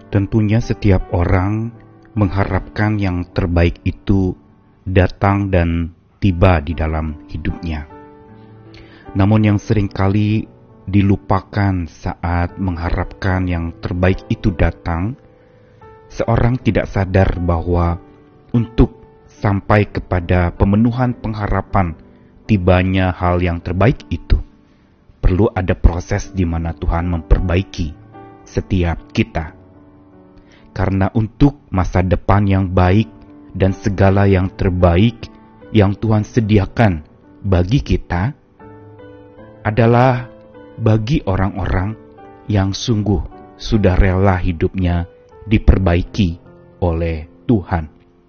Tentunya setiap orang mengharapkan yang terbaik itu datang dan tiba di dalam hidupnya. Namun yang seringkali dilupakan saat mengharapkan yang terbaik itu datang, seorang tidak sadar bahwa untuk sampai kepada pemenuhan pengharapan tibanya hal yang terbaik itu, perlu ada proses di mana Tuhan memperbaiki setiap kita. Karena untuk masa depan yang baik dan segala yang terbaik yang Tuhan sediakan bagi kita adalah bagi orang-orang yang sungguh sudah rela hidupnya diperbaiki oleh Tuhan.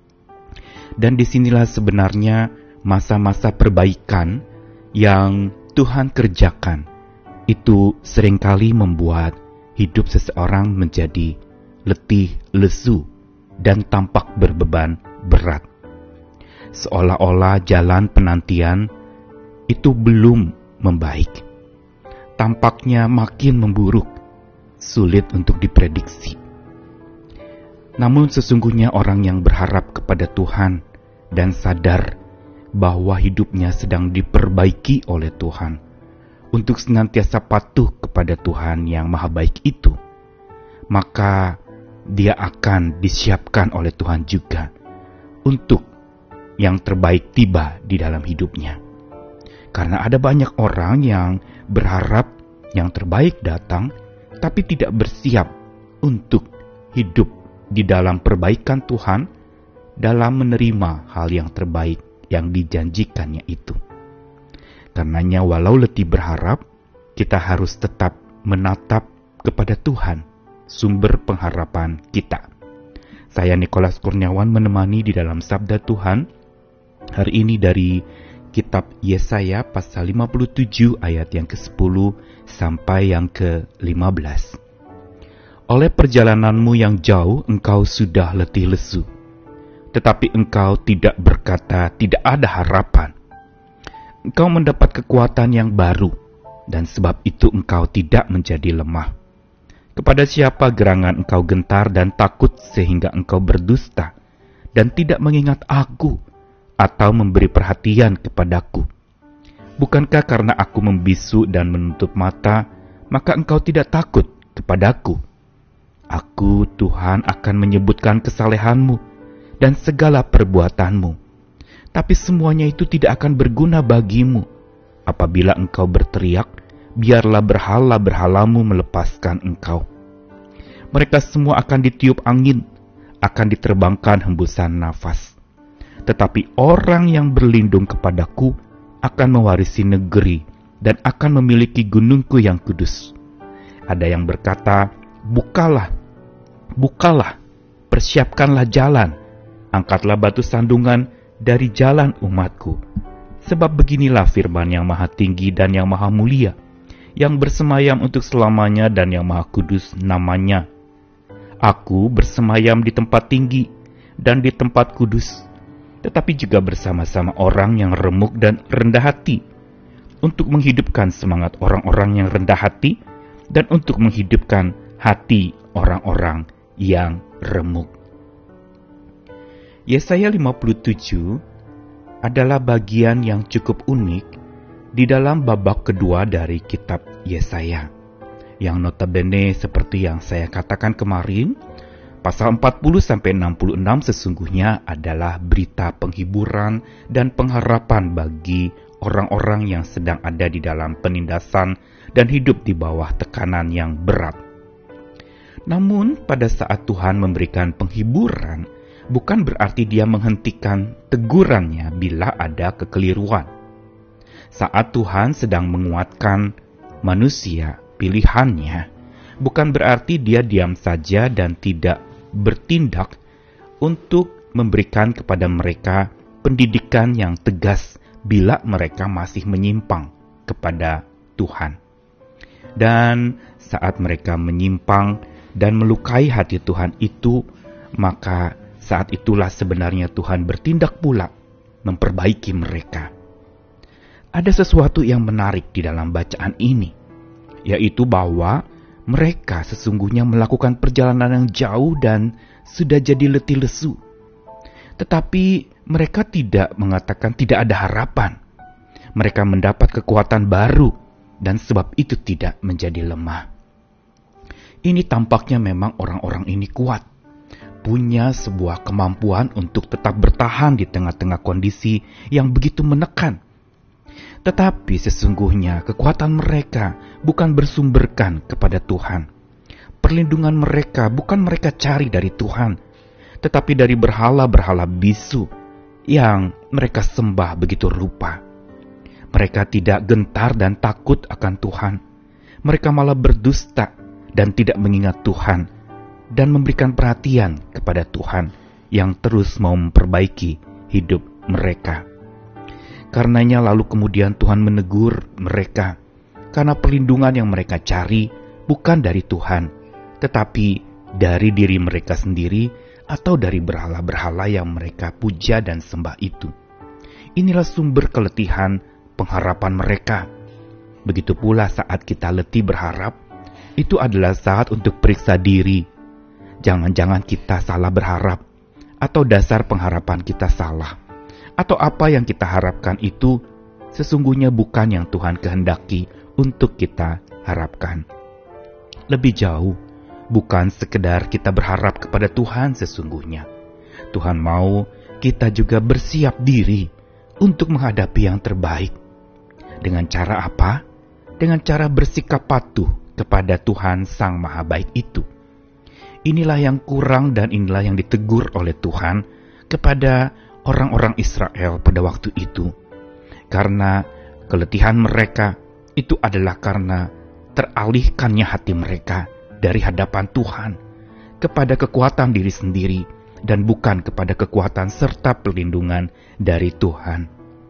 Dan disinilah sebenarnya masa-masa perbaikan yang Tuhan kerjakan itu seringkali membuat hidup seseorang menjadi letih, lesu, dan tampak berbeban berat. Seolah-olah jalan penantian itu belum membaik. Tampaknya makin memburuk, sulit untuk diprediksi. Namun sesungguhnya orang yang berharap kepada Tuhan dan sadar bahwa hidupnya sedang diperbaiki oleh Tuhan, untuk senantiasa patuh kepada Tuhan yang maha baik itu, maka dia akan disiapkan oleh Tuhan juga untuk yang terbaik tiba di dalam hidupnya. Karena ada banyak orang yang berharap yang terbaik datang, tapi tidak bersiap untuk hidup di dalam perbaikan Tuhan, dalam menerima hal yang terbaik yang dijanjikannya itu. Karenanya walau letih berharap, kita harus tetap menatap kepada Tuhan, sumber pengharapan kita. Saya Nikolas Kurniawan menemani di dalam Sabda Tuhan hari ini dari kitab Yesaya pasal 57 ayat yang ke-10 sampai yang ke-15. Oleh perjalananmu yang jauh engkau sudah letih lesu, tetapi engkau tidak berkata tidak ada harapan. Engkau mendapat kekuatan yang baru, dan sebab itu engkau tidak menjadi lemah. Kepada siapa gerangan engkau gentar dan takut sehingga engkau berdusta dan tidak mengingat aku atau memberi perhatian kepadaku? Bukankah karena aku membisu dan menutup mata, maka engkau tidak takut kepadaku? Aku, Tuhan, akan menyebutkan kesalehanmu dan segala perbuatanmu. Tapi semuanya itu tidak akan berguna bagimu. Apabila engkau berteriak, biarlah berhala-berhalamu melepaskan engkau. Mereka semua akan ditiup angin, akan diterbangkan hembusan nafas. Tetapi orang yang berlindung kepadaku akan mewarisi negeri dan akan memiliki gunungku yang kudus. Ada yang berkata, bukalah, bukalah, persiapkanlah jalan, angkatlah batu sandungan dari jalan umatku. Sebab beginilah firman yang maha tinggi dan yang maha mulia, yang bersemayam untuk selamanya dan yang maha kudus namanya. Aku bersemayam di tempat tinggi dan di tempat kudus, tetapi juga bersama-sama orang yang remuk dan rendah hati, untuk menghidupkan semangat orang-orang yang rendah hati dan untuk menghidupkan hati orang-orang yang remuk. Yesaya 57 adalah bagian yang cukup unik di dalam babak kedua dari kitab Yesaya, yang notabene seperti yang saya katakan kemarin, pasal 40-66 sesungguhnya adalah berita penghiburan dan pengharapan bagi orang-orang yang sedang ada di dalam penindasan dan hidup di bawah tekanan yang berat. Namun pada saat Tuhan memberikan penghiburan, bukan berarti dia menghentikan tegurannya bila ada kekeliruan. Saat Tuhan sedang menguatkan manusia, pilihannya, bukan berarti dia diam saja dan tidak bertindak untuk memberikan kepada mereka pendidikan yang tegas bila mereka masih menyimpang kepada Tuhan. Dan saat mereka menyimpang dan melukai hati Tuhan itu, maka saat itulah sebenarnya Tuhan bertindak pula memperbaiki mereka. Ada sesuatu yang menarik di dalam bacaan ini, yaitu bahwa Mereka sesungguhnya melakukan perjalanan yang jauh dan sudah jadi letih lesu. Tetapi mereka tidak mengatakan tidak ada harapan. Mereka mendapat kekuatan baru dan sebab itu tidak menjadi lemah. Ini tampaknya memang orang-orang ini kuat, punya sebuah kemampuan untuk tetap bertahan di tengah-tengah kondisi yang begitu menekan. Tetapi sesungguhnya kekuatan mereka bukan bersumberkan kepada Tuhan. Perlindungan mereka bukan mereka cari dari Tuhan, tetapi dari berhala-berhala bisu yang mereka sembah begitu rupa. Mereka tidak gentar dan takut akan Tuhan. Mereka malah berdusta dan tidak mengingat Tuhan dan memberikan perhatian kepada Tuhan yang terus mau memperbaiki hidup mereka. Karenanya lalu kemudian Tuhan menegur mereka karena perlindungan yang mereka cari bukan dari Tuhan, tetapi dari diri mereka sendiri atau dari berhala-berhala yang mereka puja dan sembah itu. Inilah sumber keletihan pengharapan mereka. Begitu pula saat kita letih berharap, itu adalah saat untuk periksa diri. Jangan-jangan kita salah berharap, atau dasar pengharapan kita salah, atau apa yang kita harapkan itu sesungguhnya bukan yang Tuhan kehendaki untuk kita harapkan. Lebih jauh, bukan sekedar kita berharap kepada Tuhan sesungguhnya. Tuhan mau kita juga bersiap diri untuk menghadapi yang terbaik. Dengan cara apa? Dengan cara bersikap patuh kepada Tuhan Sang Maha Baik itu. Inilah yang kurang dan inilah yang ditegur oleh Tuhan kepada orang-orang Israel pada waktu itu. Karena keletihan mereka itu adalah karena teralihkannya hati mereka dari hadapan Tuhan kepada kekuatan diri sendiri dan bukan kepada kekuatan serta perlindungan dari Tuhan.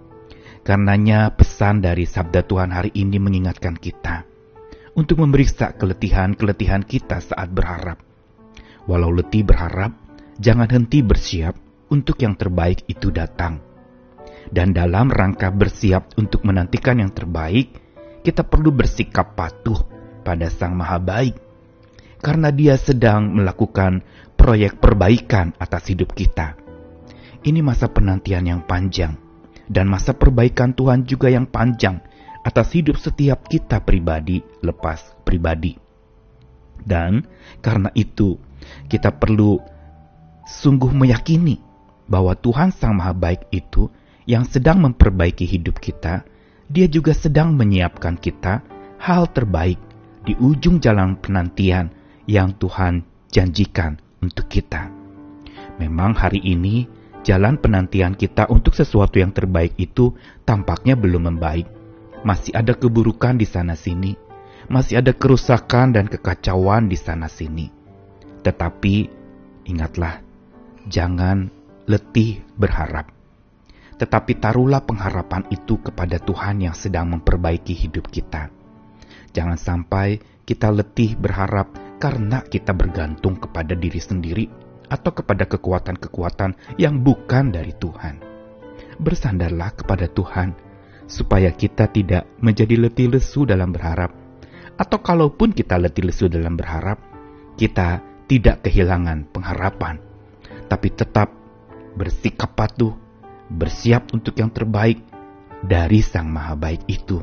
Karenanya pesan dari sabda Tuhan hari ini mengingatkan kita untuk memeriksa keletihan-keletihan kita saat berharap. Walau letih berharap, jangan henti bersiap untuk yang terbaik itu datang. Dan dalam rangka bersiap untuk menantikan yang terbaik, kita perlu bersikap patuh pada Sang Maha Baik. Karena Dia sedang melakukan proyek perbaikan atas hidup kita. Ini masa penantian yang panjang, dan masa perbaikan Tuhan juga yang panjang atas hidup setiap kita pribadi lepas pribadi. Dan karena itu, kita perlu sungguh meyakini bahwa Tuhan Sang Maha Baik itu yang sedang memperbaiki hidup kita, Dia juga sedang menyiapkan kita hal terbaik di ujung jalan penantian yang Tuhan janjikan untuk kita. Memang hari ini jalan penantian kita untuk sesuatu yang terbaik itu tampaknya belum membaik. Masih ada keburukan di sana-sini, masih ada kerusakan dan kekacauan di sana-sini. Tetapi ingatlah, jangan letih berharap. Tetapi taruhlah pengharapan itu kepada Tuhan yang sedang memperbaiki hidup kita. Jangan sampai kita letih berharap karena kita bergantung kepada diri sendiri atau kepada kekuatan-kekuatan yang bukan dari Tuhan. Bersandarlah kepada Tuhan, supaya kita tidak menjadi letih lesu dalam berharap. Atau kalaupun kita letih lesu dalam berharap, kita tidak kehilangan pengharapan, tapi tetap bersikap patuh, bersiap untuk yang terbaik dari Sang Maha Baik itu.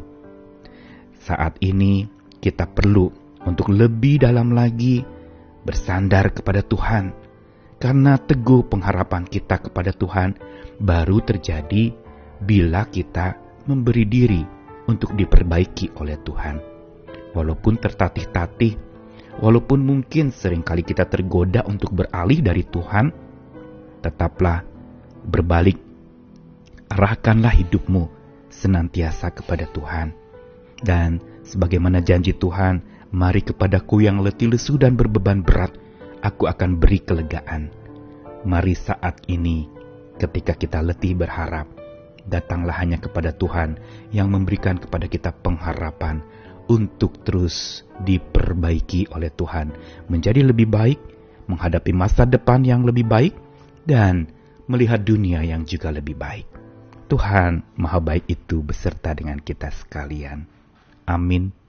Saat ini kita perlu untuk lebih dalam lagi bersandar kepada Tuhan, karena teguh pengharapan kita kepada Tuhan baru terjadi bila kita memberi diri untuk diperbaiki oleh Tuhan. Walaupun tertatih-tatih, walaupun mungkin seringkali kita tergoda untuk beralih dari Tuhan, tetaplah berbalik. Arahkanlah hidupmu senantiasa kepada Tuhan. Dan sebagaimana janji Tuhan, mari kepadaku yang letih lesu dan berbeban berat, aku akan beri kelegaan. Mari saat ini, ketika kita letih berharap, datanglah hanya kepada Tuhan yang memberikan kepada kita pengharapan untuk terus diperbaiki oleh Tuhan, menjadi lebih baik, menghadapi masa depan yang lebih baik, dan melihat dunia yang juga lebih baik. Tuhan Maha Baik itu beserta dengan kita sekalian. Amin.